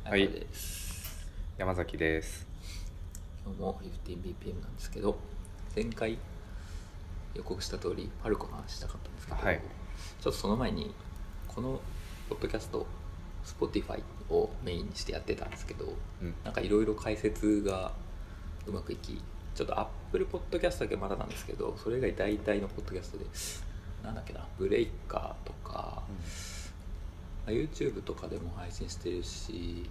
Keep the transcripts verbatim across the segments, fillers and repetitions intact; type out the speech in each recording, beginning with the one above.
はい、です。 山崎です。 今日も じゅうビーピーエム なんですけど、前回予告した通りパルコの話したかったんですけど、 はい、 ちょっとその前にこのポッドキャスト Spotify をメインにしてやってたんですけど、うん、なんかいろいろ解説がうまくいき、ちょっと Apple Podcast だけまだなんですけど、それ以外大体のポッドキャストでなんだっけな、ブレイカーとか、うん、YouTube とかでも配信してるし、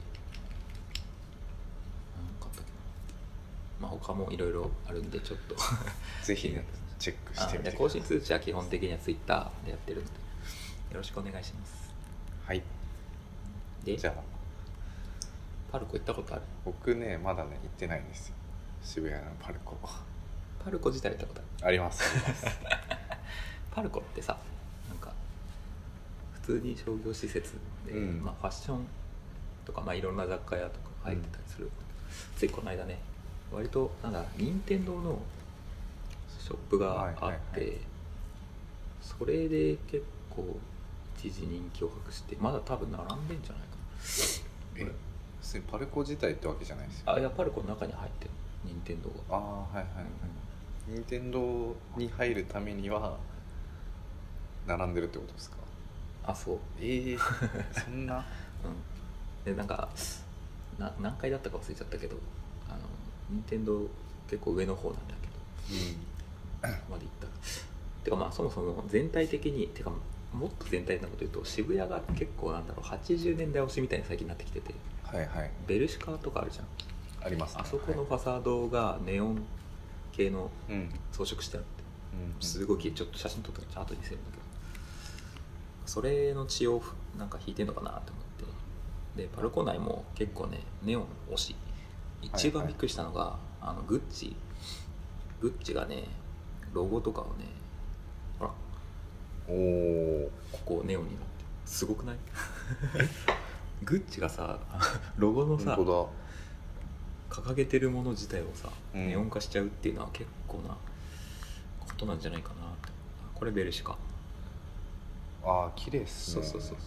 まあ、他もいろいろあるんでちょっとぜひねチェックしてみてください。 更新通知は基本的には Twitter でやってるのでよろしくお願いします。 はい。 でじゃあパルコ行ったことある？ 僕ねまだね行ってないんですよ、渋谷のパルコ。 パルコ自体行ったことある？ ありますありますパルコってさ、なんか普通に商業施設で、うん、まあ、ファッションとか、まあ、いろんな雑貨屋とか入ってたりする、うん、ついこの間ね割となんだ任天堂のショップがあって、はいはいはい、それで結構一時人気を博して、まだ多分並んでんじゃないかな。 えそれパルコ自体ってわけじゃないですよ、 ね、あいやパルコの中に入ってる任天堂が。 ああはいはいはい、うん、任天堂に入るためには並んでるってことですか？ あそうええー、そんなうんでなんかな何階だったか忘れちゃったけど、あの任天堂結構上の方なんだけど、うん、まで行ったてかまあそもそも全体的にてかもっと全体なこと言うと渋谷が結構なんだろうはちじゅうねんだい推しみたいに最近なってきてて、 はいはい、 ベルシカとかあるじゃん。 ありますね。 あそこのファサードがネオン系の装飾してあって、うん、すごいちょっと写真撮ったら後に見せるんだけど、それの血をなんか引いてんのかなと思って、でパルコ内も結構ねネオン推し、一番びっくりしたのが、はいはい、あのグッチグッチがねロゴとかをねほらおおここネオンになってすごくないグッチがさロゴのさ掲げてるもの自体をさ、うん、ネオン化しちゃうっていうのは結構なことなんじゃないかなって。これベルシカ。 ああ綺麗っすね。 そうそうそうそう。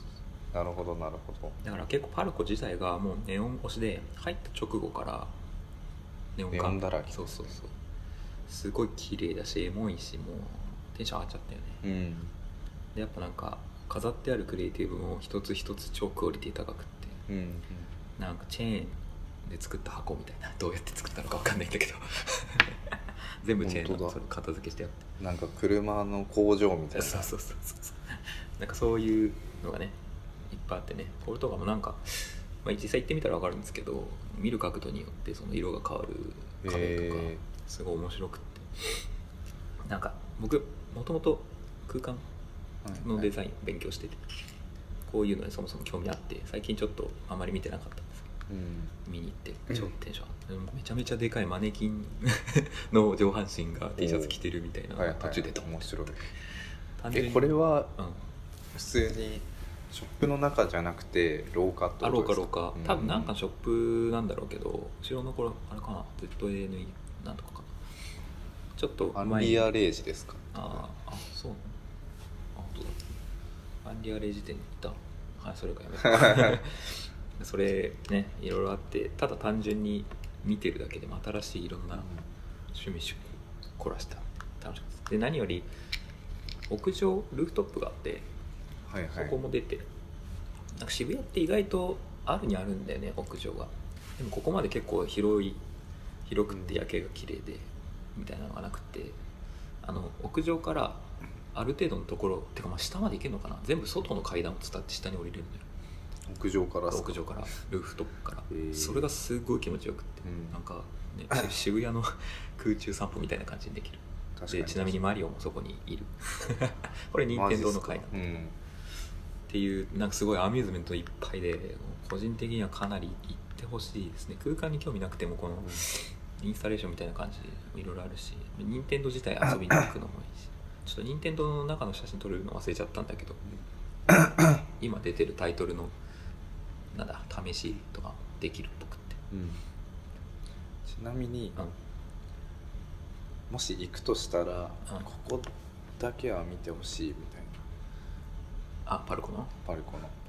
なるほどなるほど。 だから結構パルコ自体がもうネオン推しで入った直後からネオン化、ネオンだらけ。 そうそうそう。すごい綺麗だしエモいし、もうテンション上がっちゃったよね。うん。でやっぱなんか飾ってあるクリエイティブも一つ一つ超クオリティ高くって、うんうん、なんかチェーンで作った箱みたいな、どうやって作ったのか分かんないんだけど全部チェーンのそれ片付けしてあって、 なんか車の工場みたいな。 そうそうそうそうなんかそういうのがねいっぱいあってね、これとかもなんか、まあ、実際行ってみたら分かるんですけど、見る角度によってその色が変わる壁とかすごい面白くって、なんか僕もともと空間のデザイン勉強してて、こういうのにそもそも興味あって、最近ちょっとあまり見てなかったんですけど、うん、見に行って超テンション上がって、めちゃめちゃでかいマネキンの上半身が T シャツ着てるみたいなのが途中でと、はいはい、面白い。 えこれは、うん、普通にショップの中じゃなくて廊下ってことですか？あ、廊下廊下、多分なんかショップなんだろうけど、後ろのこれあれかな、 ゼットエーエヌイー なんとかかな、ちょっとアンリアレイジですか？ ああそう、あ本当だ、アンリアレイジ店に行った。はい、それかやめてそれねいろいろあって、ただ単純に見てるだけでも新しいいろんな趣味趣味凝らした楽しかったです。で何より屋上ルーフトップがあって、はいはい、そこも出て、なんか渋谷って意外とあるにあるんだよね屋上が。でもここまで結構広い広くて夜景が綺麗でみたいなのがなくて、あの屋上からある程度のところてかまあ下まで行けるのかな、全部外の階段を伝って下に降りれるんだよ。 屋上から屋上からルーフトップから、それがすごい気持ちよくって、うん、なんか、ね、渋谷の空中散歩みたいな感じにできる。でちなみにマリオもそこにいるこれ任天堂の回なんだ、うん、っていうなんかすごいアミューズメントいっぱいで、個人的にはかなり行ってほしいですね。空間に興味なくてもこのインスタレーションみたいな感じでいろいろあるし、任天堂自体遊びに行くのもいいし、ちょっと任天堂の中の写真撮るの忘れちゃったんだけど今出てるタイトルのなんだ試しとかできるっぽくって、うん、 ちなみに、うんもし行くとしたら、うん、ここだけは見てほしいみたいな。 あ、パルコのパルコの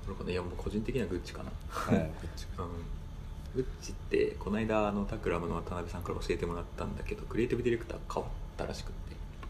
パルコね、いやもう個人的にはグッチかな、 うん、グッチ、 うん、グッチってこの間あのタクラムの渡辺さんから教えてもらったんだけど、クリエイティブディレクター変わったらしくって、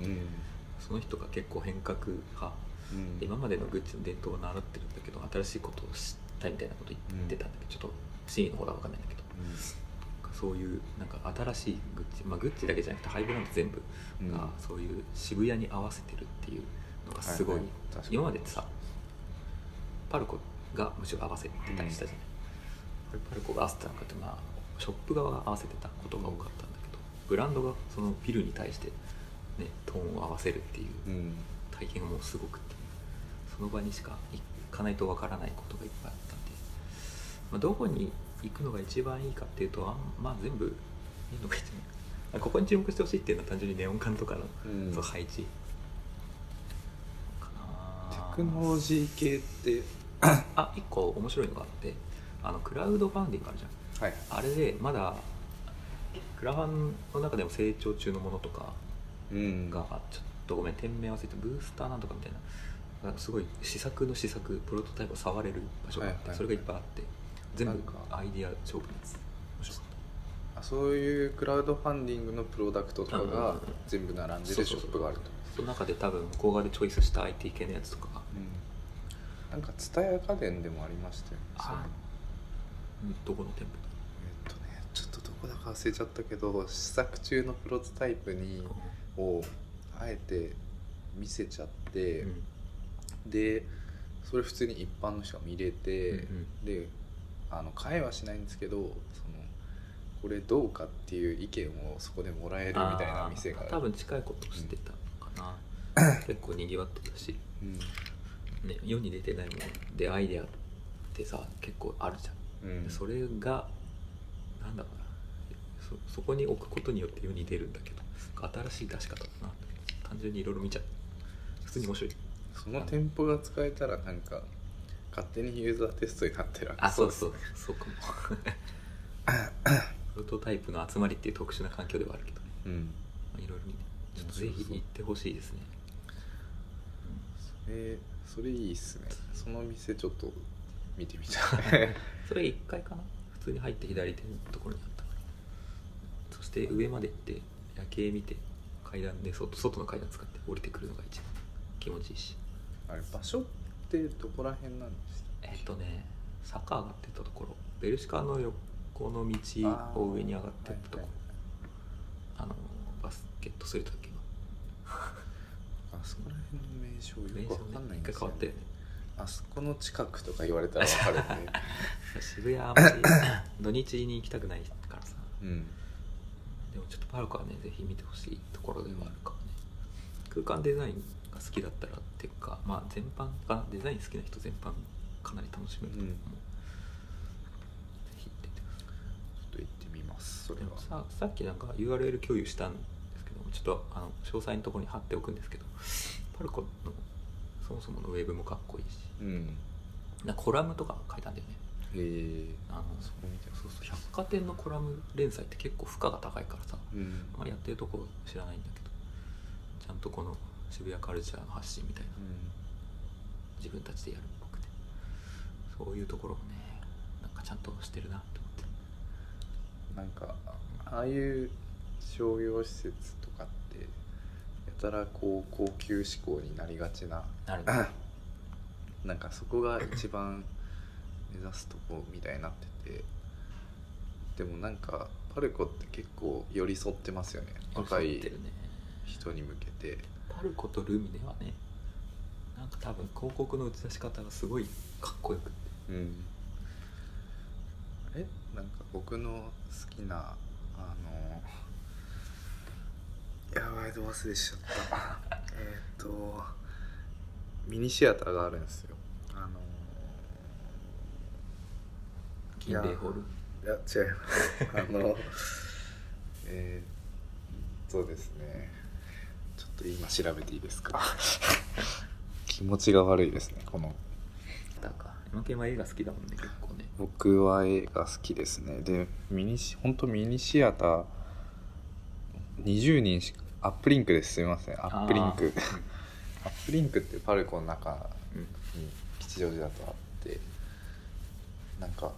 うん、 その人が結構変革派、うん、今までのグッチの伝統を習ってるんだけど新しいことをしたいみたいなこと言ってたんだけど、うん、ちょっと真意の方が分かんないんだけど、うん、そういうなんか新しいグッチ、まあ、グッチだけじゃなくてハイブランド全部がそういう渋谷に合わせてるっていうのがすごい、はいはい、今までってさパルコがむしろ合わせてたりしたじゃない、うん、パルコが合わせてたのかって、まあ、ショップ側が合わせてたことが多かったんだけど、ブランドがそのビルに対して、ね、トーンを合わせるっていう体験がもうすごくて、その場にしか行かないとわからないことがいっぱいあったんで、まあ、どこに行くのが一番いいかっていうと、あまあ全部いいのが一番、ここに注目してほしいっていうのは単純にネオン管とかの、うん、そう配置かな。 テクノロジー系ってあ、一個面白いのがあって、あのクラウドファンディングあるじゃん、はい、あれでまだクラファンの中でも成長中のものとかが、うん、ちょっとごめん店名忘れて、ブースターなんとかみたいな、なんかすごい試作の試作プロトタイプを触れる場所があって、はいはいはい、それがいっぱいあって全部アイディア勝負のやつ。面白かった。 あ、そういうクラウドファンディングのプロダクトとかが全部並んでるショップがあると。 その中で多分向こう側でチョイスした アイティー 系のやつとかが、 うん、なんか蔦屋家電でもありましたよね。 あ、どこの店舗？ えっとね、ちょっとどこだか忘れちゃったけど、試作中のプロトタイプにをあえて見せちゃって、うん、でそれ普通に一般の人が見れて、うんうん、であの買えはしないんですけど、そのこれどうかっていう意見をそこでもらえるみたいな店が、 多分近いことしてたかな、うん、結構にぎわってたし、うんね、世に出てないものでアイデアってさ結構あるじゃん、うん、それがなんだろうな、 そ, そこに置くことによって世に出るんだけど、新しい出し方だな、単純にいろいろ見ちゃう。普通に面白い。 その店舗が使えたらなんか勝手にユーザーテストになってる。 あ、そうそうそうかもプロトタイプの集まりっていう特殊な環境ではあるけどね、うん、まあ、いろいろ見てちょっとぜひ行ってほしいですね。 それそれいいっすね。その店ちょっと見てみたいそれいっかいかな、普通に入って左手のところにあったから。そして上まで行って夜景見て階段で 外, 外の階段使って降りてくるのが一番気持ちいいし。 あれ場所ってどこら辺なんですか？ えっとね、坂上がってったところ、ベルシカの横の道を上に上がってったところ、あ、はいはい、あのバスケットするときのあそこら辺の名称よくわかんないんですよね。一回変わったよね。あそこの近くとか言われたらわかるんで渋谷あんまり土日に行きたくないからさ、うん、でもちょっとパルコはねぜひ見てほしいところではあるかもね、うん、空間デザインが好きだったらっていうか、まあ全般かデザイン好きな人全般かなり楽しめると思う、うん、ぜひ行ってみてください。 ちょっと行ってみます。それはでも さ, さっきなんか ユーアールエル 共有したんですけど、ちょっとあの詳細のところに貼っておくんですけど、パルコのそもそものウェブもかっこいいし、うん、なコラムとか書いたんだよね。へえ。あのそうそう、百貨店のコラム連載って結構負荷が高いからさ、うん、あんまりやってるとこ知らないんだけど、ちゃんとこの渋谷カルチャーの発信みたいな、うん、自分たちでやるっぽくて、そういうところもねなんかちゃんとしてるなって思って。なんかああいう商業施設とかってやたらこう高級志向になりがちな、なるなんかそこが一番目指すとこみたいになってて、でもなんかパルコって結構寄り添ってますよね、若い人に向けて。 パルコとルミネはね、なんか多分広告の打ち出し方がすごいかっこよくて、うん、 えなんか僕の好きなあのやばいど忘れしちゃったえっとミニシアターがあるんですよ。あの金米ホール。 いや違うあのえー、そうですね、ちょっと今調べていいですか気持ちが悪いですねこの。 だか山県は映画好きだもんね結構ね。 僕は映画好きですね。でミニシ本当ミニシアターにじゅうにんしか、アップリンクです、すみません、アップリンクアップリンクってパルコの中に吉祥寺だとあって、 なんか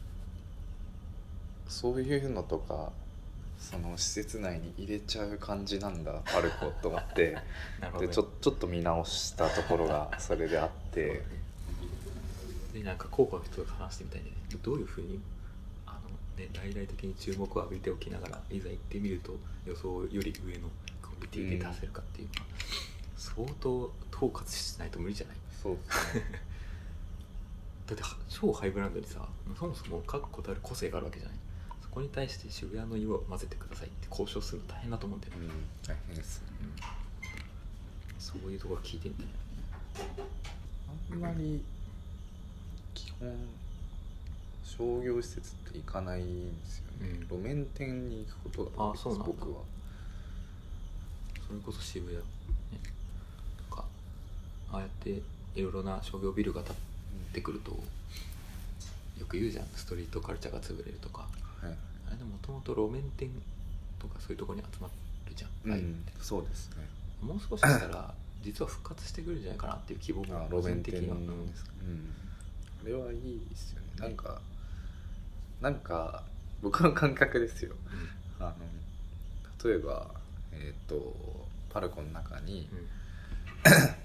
そういうのとかその施設内に入れちゃう感じなんだパルコと思ってなるほど、ね、 でちょちょっと見直したところがそれであってでなんか広報の人と話してみたいね、どういうふうにあの、ね、大々的に注目を浴びておきながらいざ行ってみると予想より上のクオリティで出せるかっていうのは、うん、相当統括しないと無理じゃない？ そうですねだって超ハイブランドにさ、そもそも各個たる個性があるわけじゃない。そこに対して渋谷の色を混ぜてくださいって交渉するの大変だと思うんだよね、 うん、大変です、 うん、そういうところ聞いてみたい。 あんまり基本商業施設って行かないんですよね、うん、路面店に行くことが多いです。あ、そうなんだ。僕はそれこそ渋谷、ね、とかああやっていろいろな商業ビルが建ってくると、うん、よく言うじゃん、ストリートカルチャーが潰れるとか、はい、あれでもともと路面店とかそういうところに集まるじゃん、うん、 そうですね。 もう少ししたら実は復活してくるんじゃないかなっていう希望も個人的にはあるんですか、うん、あれはいいですよね。なんかなんか僕の感覚ですよ、うん、あの例えばえっ、ー、とパルコの中に、うんえ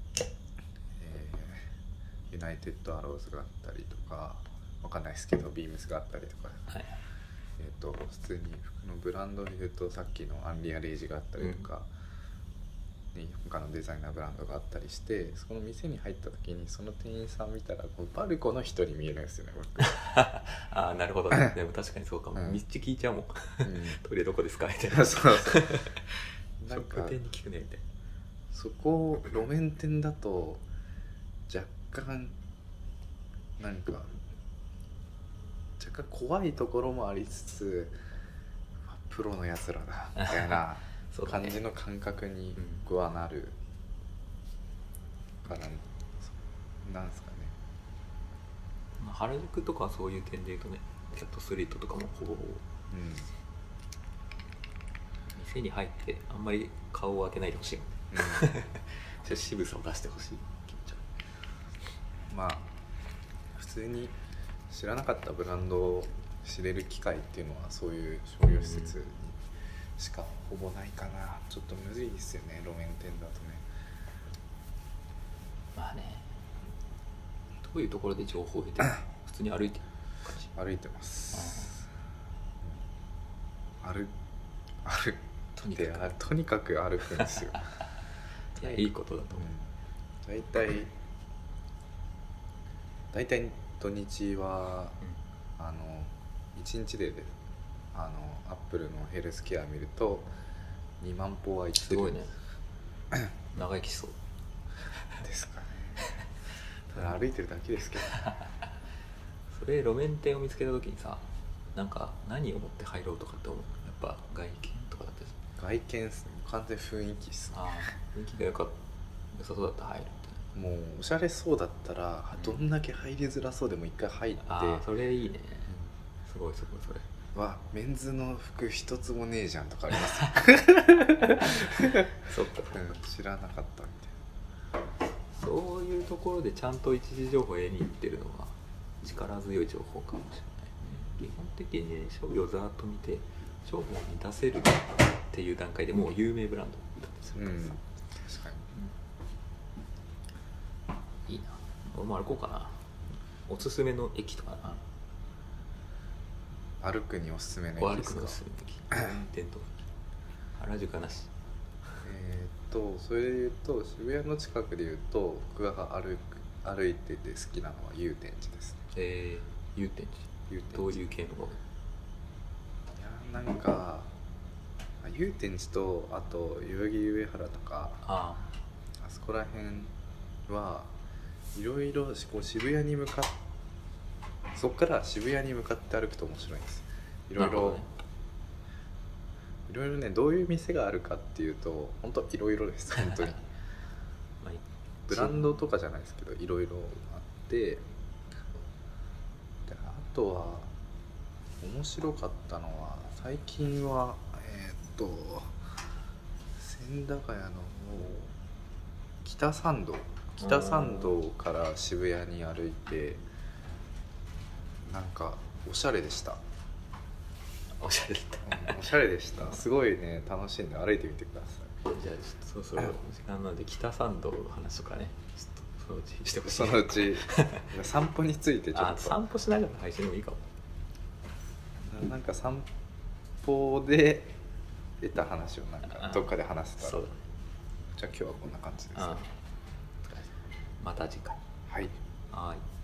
ー、ユナイテッドアローズがあったりとかわかんないですけどビームスがあったりとか、はい、えー、と普通に服のブランドでいうとさっきのアンリアレイジがあったりとか、うん、他のデザイナーブランドがあったりして、そこの店に入った時にその店員さん見たらこうパルコの人に見えるんですよねああ、なるほどね。でも確かにそうかも、うん、道聞いちゃうもん、うん、トイレどこですかみたいなそうそうなんか店に聞くねみたいな。 そこ路面店だと若干なんか若干怖いところもありつつプロのやつらだみたいな感じの感覚に僕はなるから、なんですかね。 原宿とかはそういう点で言うとね、キャットストリートとかもほぼほぼ、うん、店に入ってあんまり顔を開けないでほしいもんね、うん、渋さを出してほしい気持ちは。 まあ普通に知らなかったブランドを知れる機会っていうのはそういう商業施設にしかほぼないかな。ちょっとむずいですよね、路面店だとね。 まあね、どういうところで情報を得てる普通に歩いてる感じ？ 歩いてます。歩歩とにかくとにかく歩くんですよいや、いいことだと思う。 だいたいだいたい土日は、うん、あのいちにちであのアップルのヘルスケア見るとにまん歩は行ってる。 すごいね長生きしそうですかねただ歩いてるだけですけどそれ路面店を見つけた時にさ、なんか何を持って入ろうとかって思う？やっぱ外見とかだったりする？ 外見っすね、完全雰囲気っすね。 あ雰囲気がよかった良さそうだったら入るみたいな。 もうおしゃれそうだったら、うん、どんだけ入りづらそうでも一回入って、 あそれいいね、うん、すごいすごいそれわメンズの服一つもねえじゃんとかありますそっか、 うん、知らなかったみたいな。 そういうところでちゃんと一時情報を得に行ってるのは力強い情報かもしれない、ね、基本的に、ね、商業をざーっと見て商品に出せるっていう段階でもう有名ブランドだったりするからさ、うん、確かに、うん、いいな。俺も歩こうかな。おすすめの駅とかな。 歩くにおすすめの駅ですか？歩くにおすすめの駅伝統原宿なし。 えー、っとそれで言うと渋谷の近くで言うと僕が歩く歩いてて好きなのは祐天寺ですね。 えー、祐天寺どういう系の？いやなんか祐天寺とあと代々木上原とか あ, あそこら辺はいろいろ渋谷に向かってそこから渋谷に向かって歩くと面白いんです。いろいろ、ね、いろいろねどういう店があるかっていうと本当いろいろです本当にブランドとかじゃないですけどいろいろあってであとは面白かったのは最近はえー、っと千駄ヶ谷の北参道北参道から渋谷に歩いてなんかおしゃれでした。 おしゃれだった、 うん、おしゃれでしたすごいね、楽しんで歩いてみてください。 じゃあちょっとそろそろ時間なので北参道の話とかねちょっとそのうちしてほしい。 そのうち散歩についてちょっあと散歩しながら配信でもいいかも。 なんか散歩で得た話をなんかどっかで話せたら。 そうだね。 じゃあ今日はこんな感じです。 ああまた次回。 はい。 はい。